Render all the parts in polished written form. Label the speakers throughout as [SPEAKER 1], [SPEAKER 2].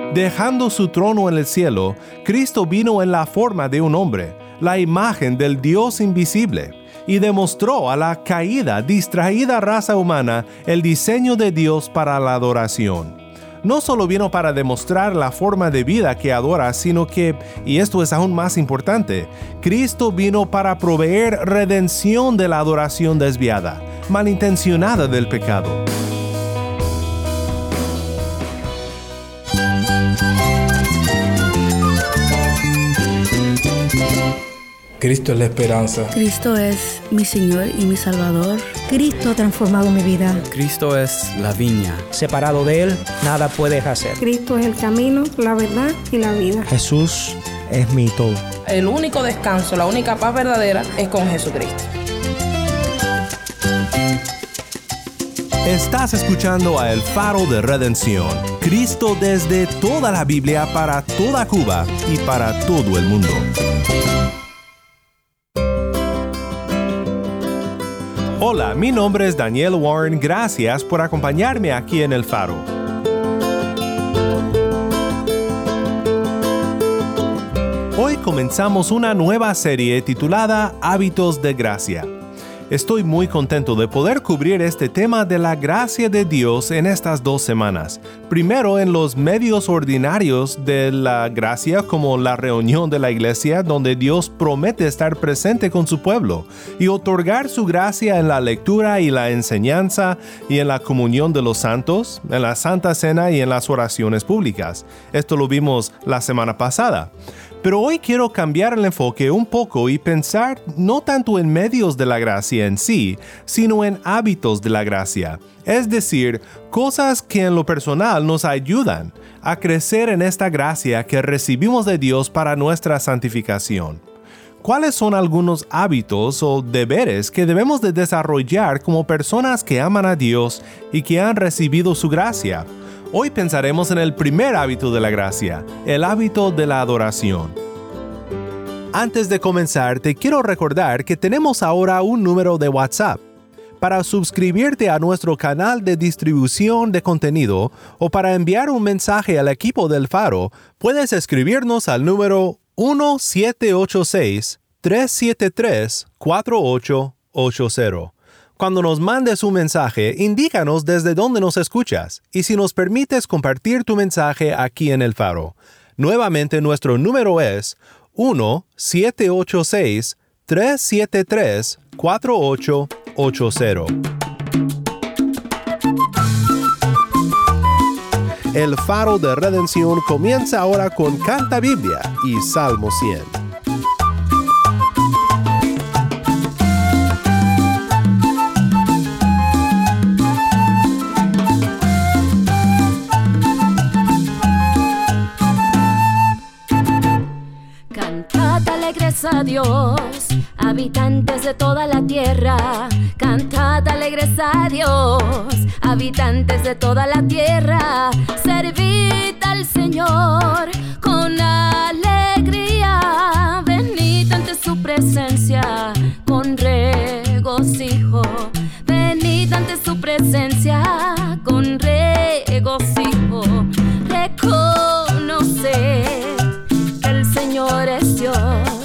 [SPEAKER 1] Dejando su trono en el cielo, Cristo vino en la forma de un hombre, la imagen del Dios invisible, y demostró a la caída, distraída raza humana el diseño de Dios para la adoración. No solo vino para demostrar la forma de vida que adora, sino que, y esto es aún más importante, Cristo vino para proveer redención de la adoración desviada, malintencionada del pecado.
[SPEAKER 2] Cristo es la esperanza.
[SPEAKER 3] Cristo es mi Señor y mi Salvador.
[SPEAKER 4] Cristo ha transformado mi vida.
[SPEAKER 5] Cristo es la viña.
[SPEAKER 6] Separado de Él, nada puedes hacer.
[SPEAKER 4] Cristo es el camino, la verdad y la vida.
[SPEAKER 6] Jesús es mi todo.
[SPEAKER 7] El único descanso, la única paz verdadera es con Jesucristo.
[SPEAKER 1] Estás escuchando a El Faro de Redención. Cristo desde toda la Biblia para toda Cuba y para todo el mundo. Hola, mi nombre es Daniel Warren. Gracias por acompañarme aquí en El Faro. Hoy comenzamos una nueva serie titulada Hábitos de Gracia. Estoy muy contento de poder cubrir este tema de la gracia de Dios en estas 2 semanas. Primero en los medios ordinarios de la gracia, como la reunión de la iglesia, donde Dios promete estar presente con su pueblo y otorgar su gracia en la lectura y la enseñanza y en la comunión de los santos, en la Santa Cena y en las oraciones públicas. Esto lo vimos la semana pasada. Pero hoy quiero cambiar el enfoque un poco y pensar no tanto en medios de la gracia en sí, sino en hábitos de la gracia. Es decir, cosas que en lo personal nos ayudan a crecer en esta gracia que recibimos de Dios para nuestra santificación. ¿Cuáles son algunos hábitos o deberes que debemos de desarrollar como personas que aman a Dios y que han recibido su gracia? Hoy pensaremos en el primer hábito de la gracia, el hábito de la adoración. Antes de comenzar, te quiero recordar que tenemos ahora un número de WhatsApp. Para suscribirte a nuestro canal de distribución de contenido o para enviar un mensaje al equipo del Faro, puedes escribirnos al número 1-786-373-4880. Cuando nos mandes un mensaje, indícanos desde dónde nos escuchas y si nos permites compartir tu mensaje aquí en El Faro. Nuevamente, nuestro número es 1-786-373-4880. El Faro de Redención comienza ahora con Canta Biblia y Salmo 100.
[SPEAKER 8] A Dios, habitantes de toda la tierra, cantad alegres a Dios, habitantes de toda la tierra, servid al Señor con alegría, venid ante su presencia con regocijo, venid ante su presencia con regocijo, reconocer que el Señor es Dios.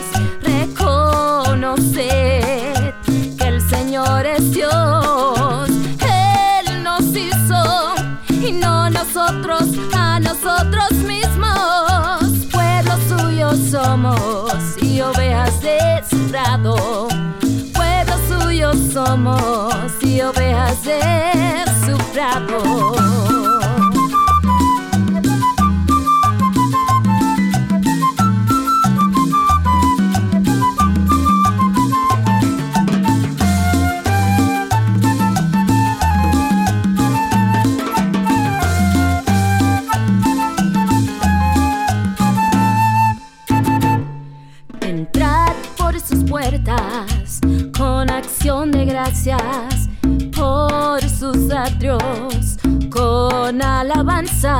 [SPEAKER 8] Reconocer que el Señor es Dios. Él nos hizo y no nosotros a nosotros mismos. Pueblo suyo somos y ovejas de su prado. Pueblo suyo somos y ovejas de su prado. Con acción de gracias por sus atrios, con alabanza,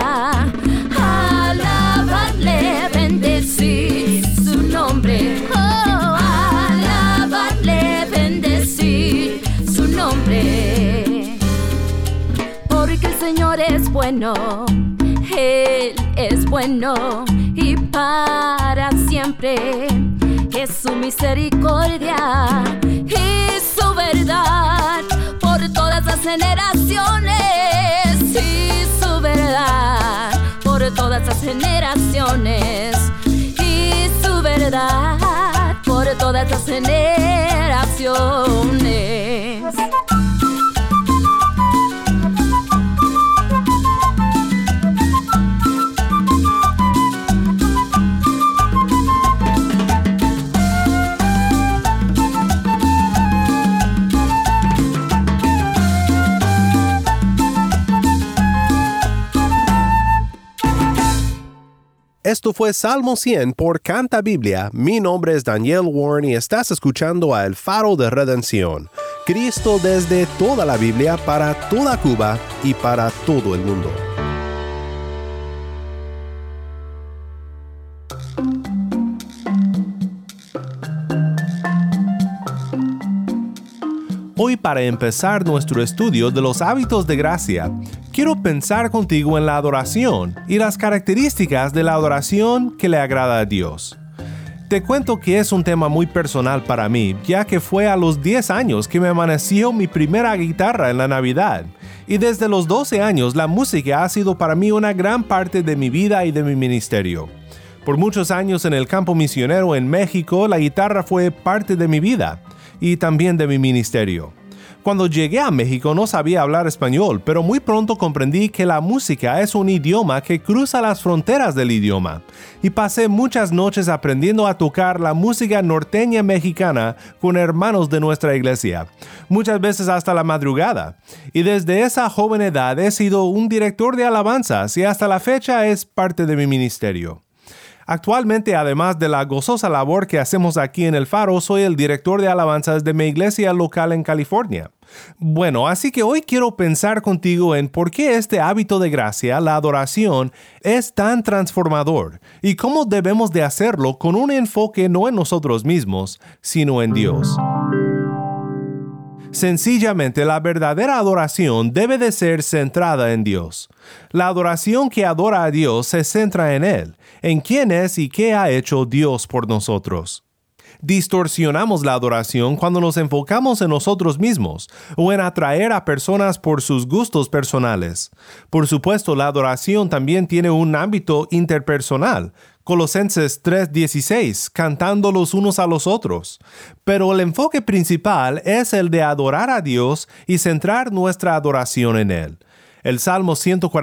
[SPEAKER 8] alabarle, bendecir su nombre, oh, alabarle, bendecir su nombre, porque el Señor es bueno, Él es bueno y para siempre es su misericordia y su verdad por todas las generaciones, y su verdad por todas las generaciones, y su verdad por todas las generaciones.
[SPEAKER 1] Esto fue Salmo 100 por Canta Biblia. Mi nombre es Daniel Warren y estás escuchando a El Faro de Redención. Cristo desde toda la Biblia, para toda Cuba y para todo el mundo. Hoy, para empezar nuestro estudio de los hábitos de gracia, quiero pensar contigo en la adoración y las características de la adoración que le agrada a Dios. Te cuento que es un tema muy personal para mí, ya que fue a los 10 años que me amaneció mi primera guitarra en la Navidad, y desde los 12 años la música ha sido para mí una gran parte de mi vida y de mi ministerio. Por muchos años en el campo misionero en México, la guitarra fue parte de mi vida y también de mi ministerio. Cuando llegué a México no sabía hablar español, pero muy pronto comprendí que la música es un idioma que cruza las fronteras del idioma, y pasé muchas noches aprendiendo a tocar la música norteña mexicana con hermanos de nuestra iglesia, muchas veces hasta la madrugada, y desde esa joven edad he sido un director de alabanzas y hasta la fecha es parte de mi ministerio. Actualmente, además de la gozosa labor que hacemos aquí en El Faro, soy el director de alabanzas de mi iglesia local en California. Bueno, así que hoy quiero pensar contigo en por qué este hábito de gracia, la adoración, es tan transformador y cómo debemos de hacerlo con un enfoque no en nosotros mismos, sino en Dios. Sencillamente, la verdadera adoración debe de ser centrada en Dios. La adoración que adora a Dios se centra en Él, en quién es y qué ha hecho Dios por nosotros. Distorsionamos la adoración cuando nos enfocamos en nosotros mismos o en atraer a personas por sus gustos personales. Por supuesto, la adoración también tiene un ámbito interpersonal. Colosenses 3:16, cantando los unos a los otros. Pero el enfoque principal es el de adorar a Dios y centrar nuestra adoración en Él. El Salmo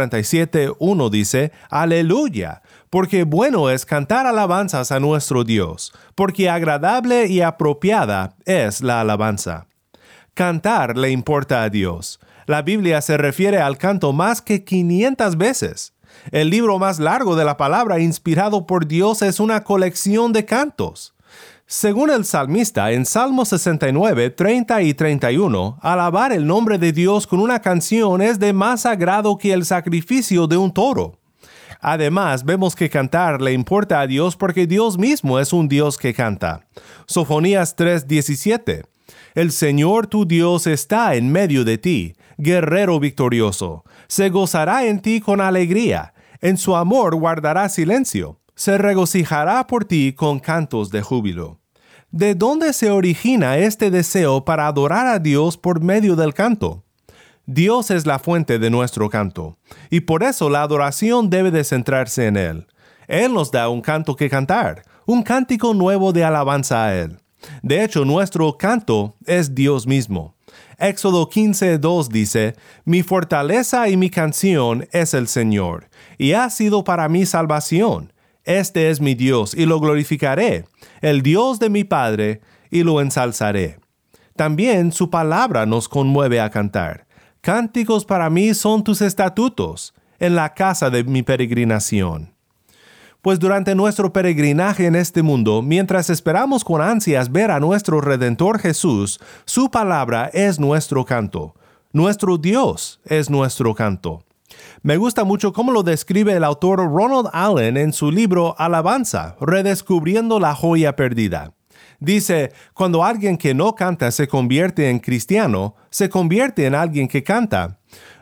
[SPEAKER 1] 147:1 dice, Aleluya, porque bueno es cantar alabanzas a nuestro Dios, porque agradable y apropiada es la alabanza. Cantar le importa a Dios. La Biblia se refiere al canto más que 500 veces. El libro más largo de la palabra inspirado por Dios es una colección de cantos. Según el salmista, en Salmo 69, 30 y 31, alabar el nombre de Dios con una canción es de más agrado que el sacrificio de un toro. Además, vemos que cantar le importa a Dios porque Dios mismo es un Dios que canta. Sofonías 3:17. El Señor tu Dios está en medio de ti, guerrero victorioso. Se gozará en ti con alegría. En su amor guardará silencio. Se regocijará por ti con cantos de júbilo. ¿De dónde se origina este deseo para adorar a Dios por medio del canto? Dios es la fuente de nuestro canto, y por eso la adoración debe de centrarse en Él. Él nos da un canto que cantar, un cántico nuevo de alabanza a Él. De hecho, nuestro canto es Dios mismo. Éxodo 15:2 dice, Mi fortaleza y mi canción es el Señor, y ha sido para mí salvación. Este es mi Dios, y lo glorificaré, el Dios de mi Padre, y lo ensalzaré. También su palabra nos conmueve a cantar. Cánticos para mí son tus estatutos, en la casa de mi peregrinación. Pues durante nuestro peregrinaje en este mundo, mientras esperamos con ansias ver a nuestro Redentor Jesús, su palabra es nuestro canto. Nuestro Dios es nuestro canto. Me gusta mucho cómo lo describe el autor Ronald Allen en su libro Alabanza, redescubriendo la joya perdida. Dice, cuando alguien que no canta se convierte en cristiano, se convierte en alguien que canta.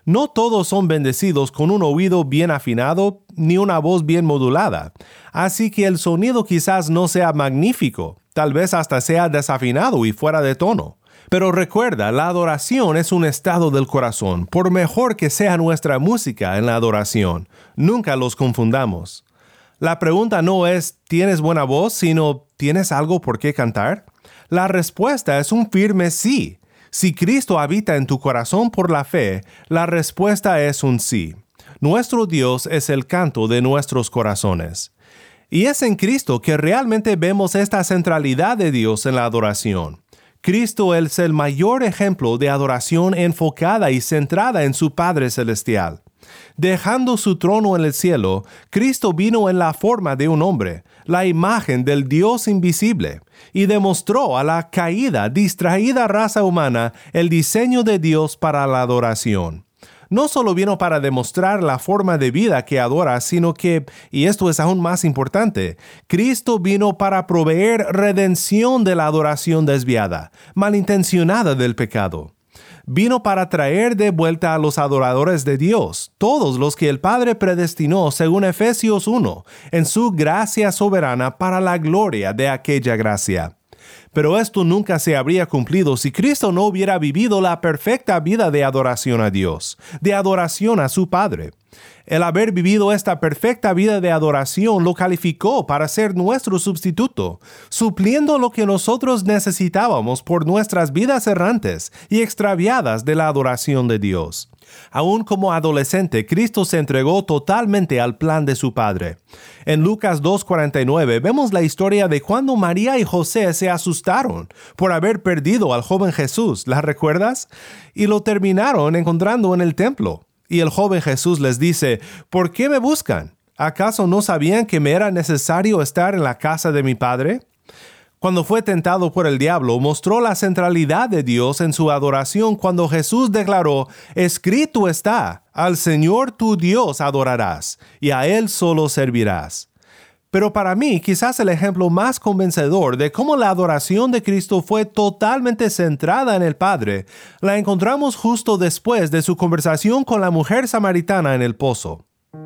[SPEAKER 1] No todos son bendecidos con un oído bien afinado ni una voz bien modulada, así que el sonido quizás no sea magnífico, tal vez hasta sea desafinado y fuera de tono. Pero recuerda, la adoración es un estado del corazón, por mejor que sea nuestra música en la adoración. Nunca los confundamos. La pregunta no es ¿tienes buena voz?, sino ¿tienes algo por qué cantar? La respuesta es un firme sí. Si Cristo habita en tu corazón por la fe, la respuesta es un sí. Nuestro Dios es el canto de nuestros corazones. Y es en Cristo que realmente vemos esta centralidad de Dios en la adoración. Cristo es el mayor ejemplo de adoración enfocada y centrada en su Padre Celestial. Dejando su trono en el cielo, Cristo vino en la forma de un hombre, la imagen del Dios invisible, y demostró a la caída, distraída raza humana el diseño de Dios para la adoración. No solo vino para demostrar la forma de vida que adora, sino que, y esto es aún más importante, Cristo vino para proveer redención de la adoración desviada, malintencionada del pecado. Vino para traer de vuelta a los adoradores de Dios, todos los que el Padre predestinó según Efesios 1, en su gracia soberana para la gloria de aquella gracia. Pero esto nunca se habría cumplido si Cristo no hubiera vivido la perfecta vida de adoración a Dios, de adoración a su Padre. El haber vivido esta perfecta vida de adoración lo calificó para ser nuestro sustituto, supliendo lo que nosotros necesitábamos por nuestras vidas errantes y extraviadas de la adoración de Dios. Aún como adolescente, Cristo se entregó totalmente al plan de su Padre. En Lucas 2:49 vemos la historia de cuando María y José se asustaron por haber perdido al joven Jesús, ¿la recuerdas? Y lo terminaron encontrando en el templo. Y el joven Jesús les dice, ¿por qué me buscan? ¿Acaso no sabían que me era necesario estar en la casa de mi Padre? Cuando fue tentado por el diablo, mostró la centralidad de Dios en su adoración cuando Jesús declaró, escrito está, al Señor tu Dios adorarás, y a Él solo servirás. Pero para mí, quizás el ejemplo más convencedor de cómo la adoración de Cristo fue totalmente centrada en el Padre, la encontramos justo después de su conversación con la mujer samaritana en el pozo.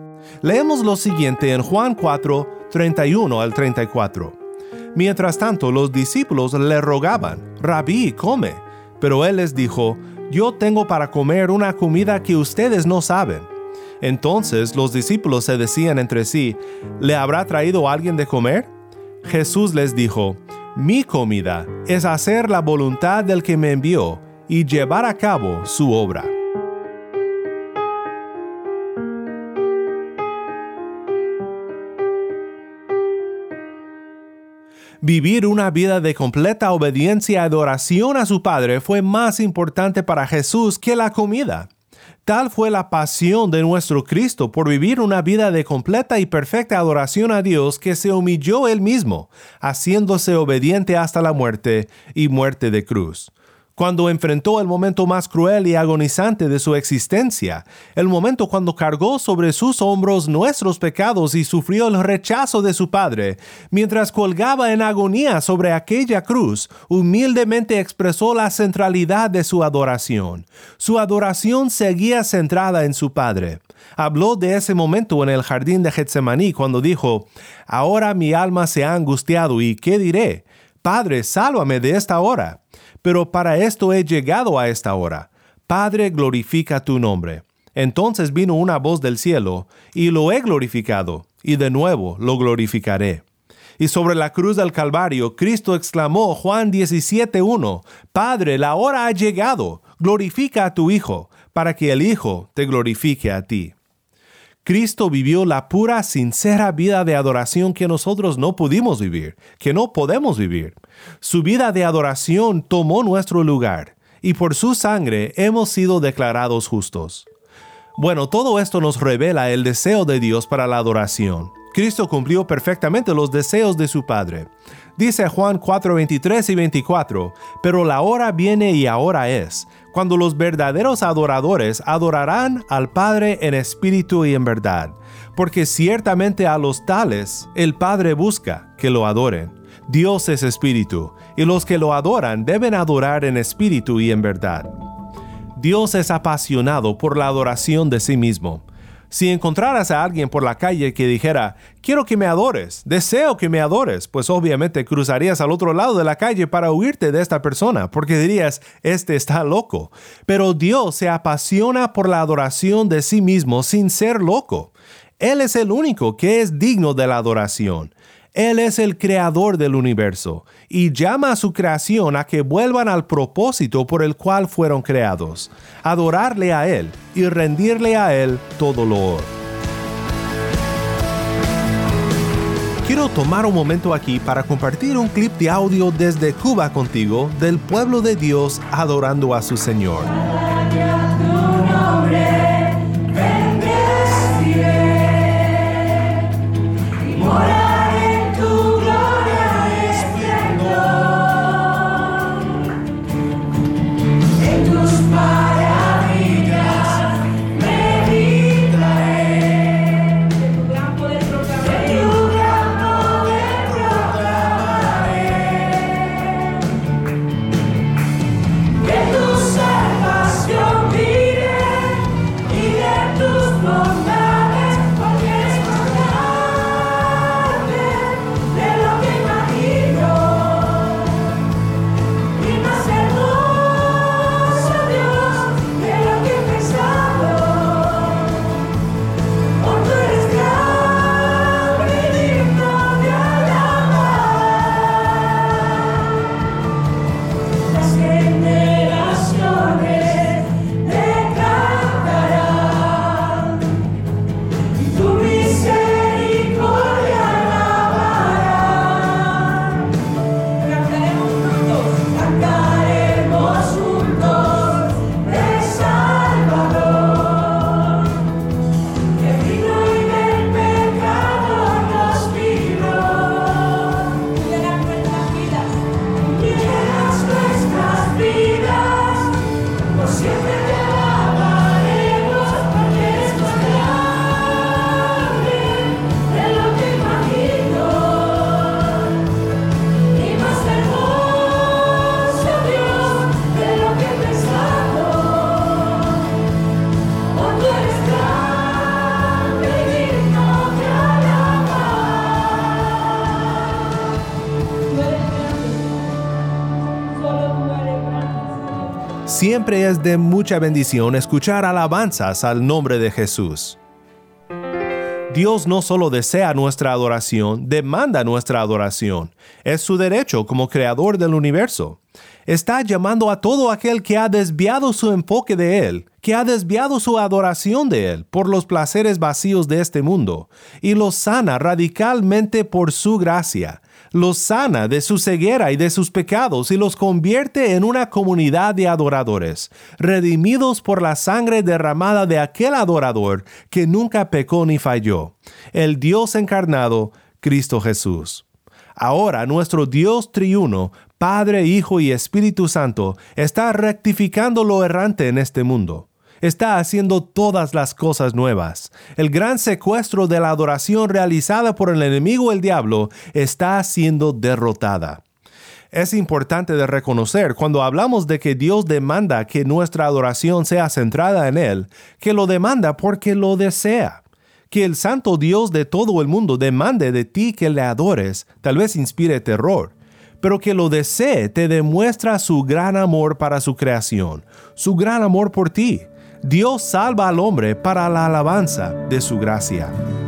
[SPEAKER 1] Leemos lo siguiente en Juan 4, 31 al 34. Mientras tanto, los discípulos le rogaban, Rabí, come. Pero él les dijo, yo tengo para comer una comida que ustedes no saben. Entonces los discípulos se decían entre sí, ¿le habrá traído alguien de comer? Jesús les dijo, mi comida es hacer la voluntad del que me envió y llevar a cabo su obra. Vivir una vida de completa obediencia y adoración a su Padre fue más importante para Jesús que la comida. Tal fue la pasión de nuestro Cristo por vivir una vida de completa y perfecta adoración a Dios que se humilló Él mismo, haciéndose obediente hasta la muerte y muerte de cruz. Cuando enfrentó el momento más cruel y agonizante de su existencia, el momento cuando cargó sobre sus hombros nuestros pecados y sufrió el rechazo de su Padre, mientras colgaba en agonía sobre aquella cruz, humildemente expresó la centralidad de su adoración. Su adoración seguía centrada en su Padre. Habló de ese momento en el jardín de Getsemaní cuando dijo, «Ahora mi alma se ha angustiado y ¿qué diré? Padre, sálvame de esta hora. Pero para esto he llegado a esta hora. Padre, glorifica tu nombre». Entonces vino una voz del cielo, y lo he glorificado, y de nuevo lo glorificaré. Y sobre la cruz del Calvario, Cristo exclamó, Juan 17:1, Padre, la hora ha llegado, glorifica a tu Hijo, para que el Hijo te glorifique a ti. Cristo vivió la pura, sincera vida de adoración que nosotros no pudimos vivir, que no podemos vivir. Su vida de adoración tomó nuestro lugar, y por su sangre hemos sido declarados justos. Bueno, todo esto nos revela el deseo de Dios para la adoración. Cristo cumplió perfectamente los deseos de su Padre. Dice Juan 4:23 y 24, pero la hora viene y ahora es, cuando los verdaderos adoradores adorarán al Padre en espíritu y en verdad, porque ciertamente a los tales el Padre busca que lo adoren. Dios es espíritu, y los que lo adoran deben adorar en espíritu y en verdad. Dios es apasionado por la adoración de sí mismo. Si encontraras a alguien por la calle que dijera, quiero que me adores, deseo que me adores, pues obviamente cruzarías al otro lado de la calle para huirte de esta persona, porque dirías, este está loco. Pero Dios se apasiona por la adoración de sí mismo sin ser loco. Él es el único que es digno de la adoración. Él es el creador del universo y llama a su creación a que vuelvan al propósito por el cual fueron creados, adorarle a Él y rendirle a Él todo loor. Quiero tomar un momento aquí para compartir un clip de audio desde Cuba contigo del pueblo de Dios adorando a su Señor. Siempre es de mucha bendición escuchar alabanzas al nombre de Jesús. Dios no solo desea nuestra adoración, demanda nuestra adoración. Es su derecho como creador del universo. Está llamando a todo aquel que ha desviado su enfoque de Él, que ha desviado su adoración de Él por los placeres vacíos de este mundo, y los sana radicalmente por su gracia. Los sana de su ceguera y de sus pecados y los convierte en una comunidad de adoradores, redimidos por la sangre derramada de aquel adorador que nunca pecó ni falló, el Dios encarnado, Cristo Jesús. Ahora nuestro Dios triuno, Padre, Hijo y Espíritu Santo, está rectificando lo errante en este mundo. Está haciendo todas las cosas nuevas. El gran secuestro de la adoración realizada por el enemigo el diablo está siendo derrotada. Es importante de reconocer cuando hablamos de que Dios demanda que nuestra adoración sea centrada en Él, que lo demanda porque lo desea. Que el santo Dios de todo el mundo demande de ti que le adores, tal vez inspire terror, pero que lo desee te demuestra su gran amor para su creación, su gran amor por ti. Dios salva al hombre para la alabanza de su gracia.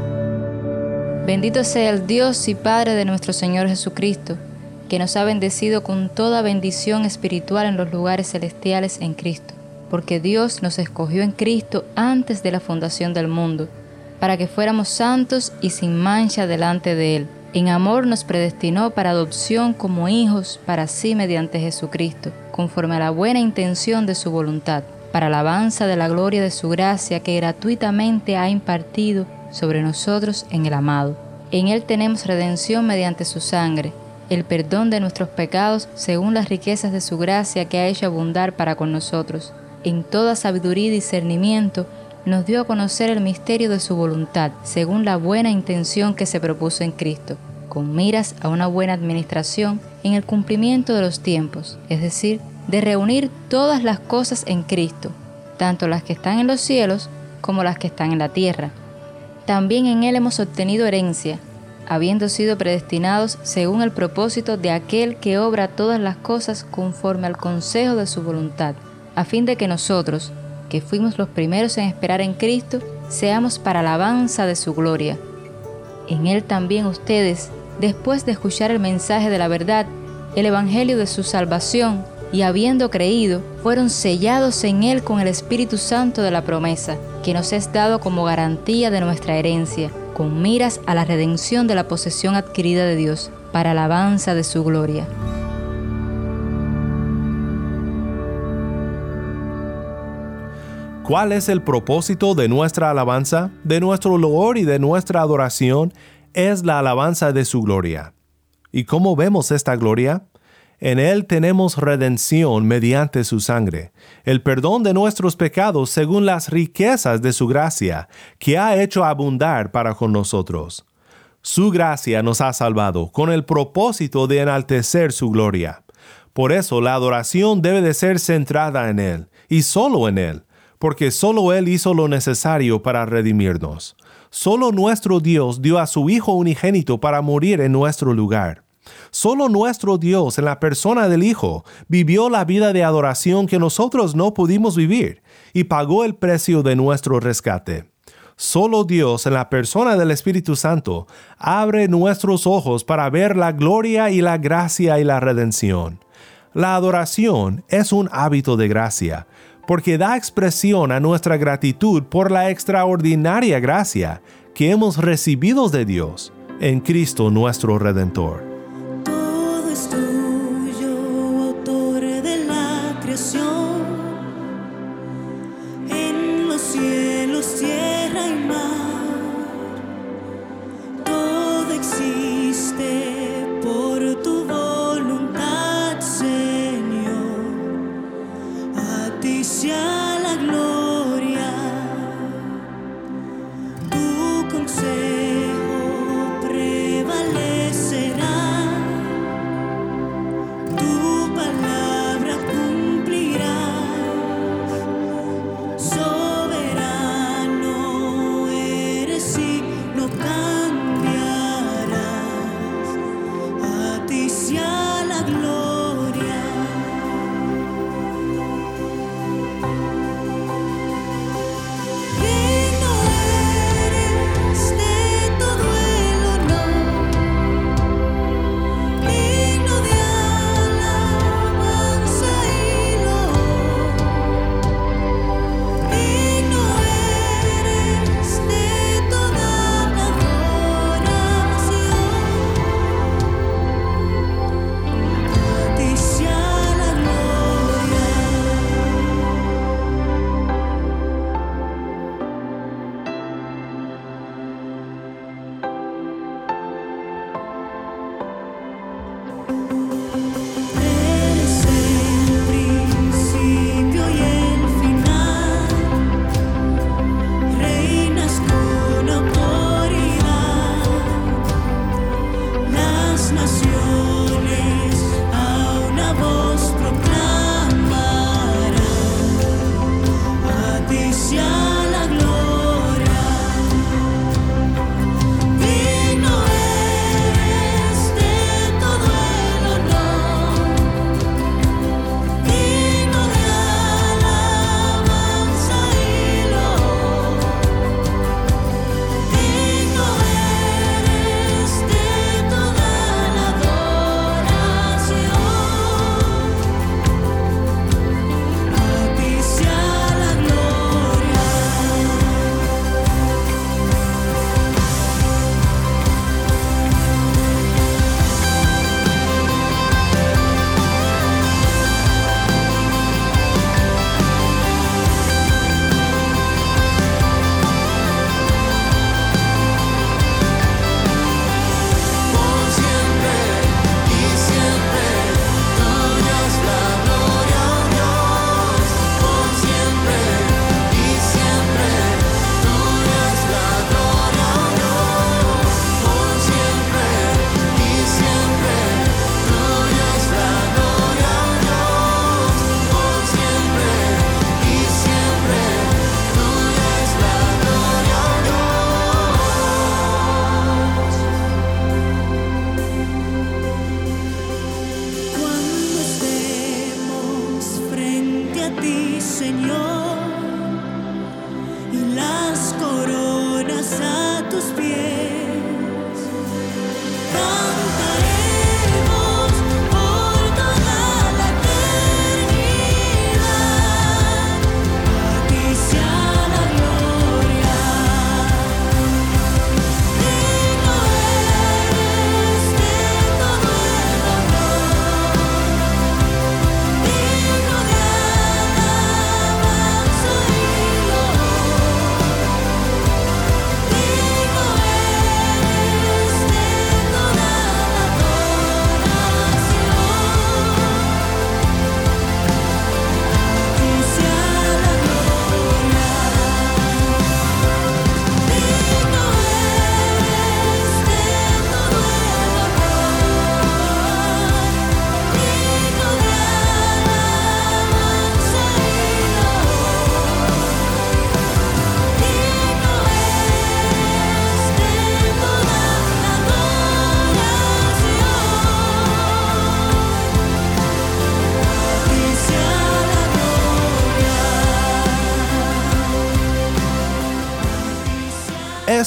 [SPEAKER 9] Bendito sea el Dios y Padre de nuestro Señor Jesucristo, que nos ha bendecido con toda bendición espiritual en los lugares celestiales en Cristo, porque Dios nos escogió en Cristo antes de la fundación del mundo, para que fuéramos santos y sin mancha delante de Él. En amor nos predestinó para adopción como hijos para sí mediante Jesucristo, conforme a la buena intención de su voluntad, para alabanza de la gloria de su gracia que gratuitamente ha impartido sobre nosotros en el amado. En Él tenemos redención mediante su sangre, el perdón de nuestros pecados según las riquezas de su gracia que ha hecho abundar para con nosotros. En toda sabiduría y discernimiento nos dio a conocer el misterio de su voluntad, según la buena intención que se propuso en Cristo, con miras a una buena administración en el cumplimiento de los tiempos, es decir, de reunir todas las cosas en Cristo, tanto las que están en los cielos como las que están en la tierra. También en Él hemos obtenido herencia, habiendo sido predestinados según el propósito de aquel que obra todas las cosas conforme al consejo de su voluntad, a fin de que nosotros, que fuimos los primeros en esperar en Cristo, seamos para alabanza de su gloria. En Él también ustedes, después de escuchar el mensaje de la verdad, el evangelio de su salvación, y habiendo creído, fueron sellados en Él con el Espíritu Santo de la promesa, que nos es dado como garantía de nuestra herencia, con miras a la redención de la posesión adquirida de Dios, para alabanza de su gloria.
[SPEAKER 1] ¿Cuál es el propósito de nuestra alabanza, de nuestro loor y de nuestra adoración? Es la alabanza de su gloria. ¿Y cómo vemos esta gloria? En Él tenemos redención mediante su sangre, el perdón de nuestros pecados según las riquezas de su gracia, que ha hecho abundar para con nosotros. Su gracia nos ha salvado con el propósito de enaltecer su gloria. Por eso la adoración debe de ser centrada en Él, y solo en Él, porque solo Él hizo lo necesario para redimirnos. Solo nuestro Dios dio a su Hijo unigénito para morir en nuestro lugar. Solo nuestro Dios, en la persona del Hijo, vivió la vida de adoración que nosotros no pudimos vivir y pagó el precio de nuestro rescate. Solo Dios, en la persona del Espíritu Santo, abre nuestros ojos para ver la gloria y la gracia y la redención. La adoración es un hábito de gracia, porque da expresión a nuestra gratitud por la extraordinaria gracia que hemos recibido de Dios en Cristo nuestro Redentor.
[SPEAKER 10] Todo es tuyo, autor de la creación, en los cielos, tierra y mar. Todo existe por tu voluntad, Señor. A ti sea la gloria, tu consejo prevalecerá.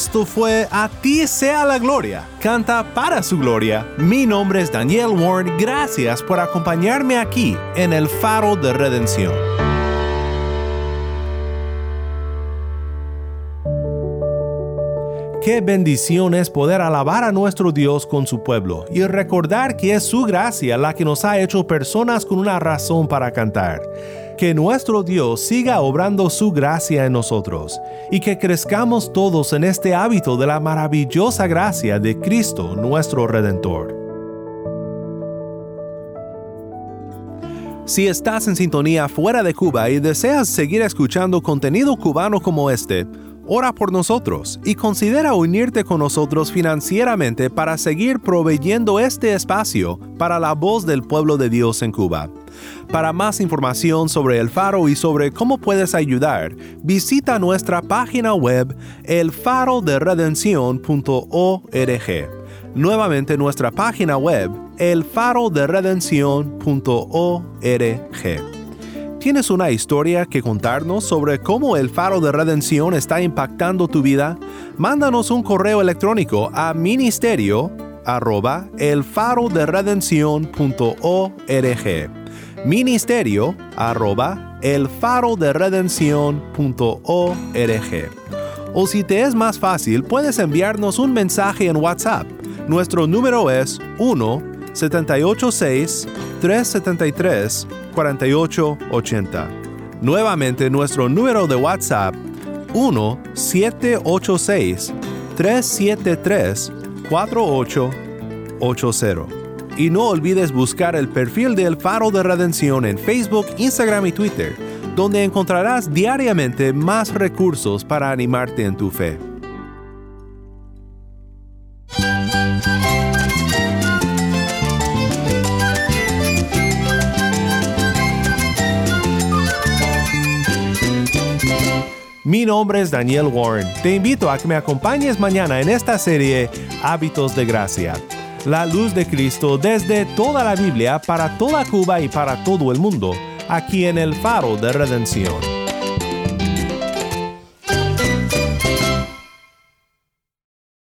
[SPEAKER 1] Esto fue A Ti Sea la Gloria. Canta para su gloria. Mi nombre es Daniel Warren. Gracias por acompañarme aquí en el Faro de Redención. Qué bendición es poder alabar a nuestro Dios con su pueblo y recordar que es su gracia la que nos ha hecho personas con una razón para cantar. Que nuestro Dios siga obrando su gracia en nosotros y que crezcamos todos en este hábito de la maravillosa gracia de Cristo, nuestro Redentor. Si estás en sintonía fuera de Cuba y deseas seguir escuchando contenido cubano como este, ora por nosotros y considera unirte con nosotros financieramente para seguir proveyendo este espacio para la voz del pueblo de Dios en Cuba. Para más información sobre el Faro y sobre cómo puedes ayudar, visita nuestra página web elfaroderedencion.org. Nuevamente nuestra página web elfaroderedencion.org. ¿Tienes una historia que contarnos sobre cómo el Faro de Redención está impactando tu vida? Mándanos un correo electrónico a ministerio@elfaroderedencion.org. ministerio@elfaroderedencion.org. O si te es más fácil, puedes enviarnos un mensaje en WhatsApp. Nuestro número es 1-786-373-4880. Nuevamente nuestro número de WhatsApp 1-786-373-4880. Y no olvides buscar el perfil de El Faro de Redención en Facebook, Instagram y Twitter, donde encontrarás diariamente más recursos para animarte en tu fe. Mi nombre es Daniel Warren. Te invito a que me acompañes mañana en esta serie Hábitos de Gracia. La luz de Cristo desde toda la Biblia para toda Cuba y para todo el mundo, aquí en el Faro de Redención.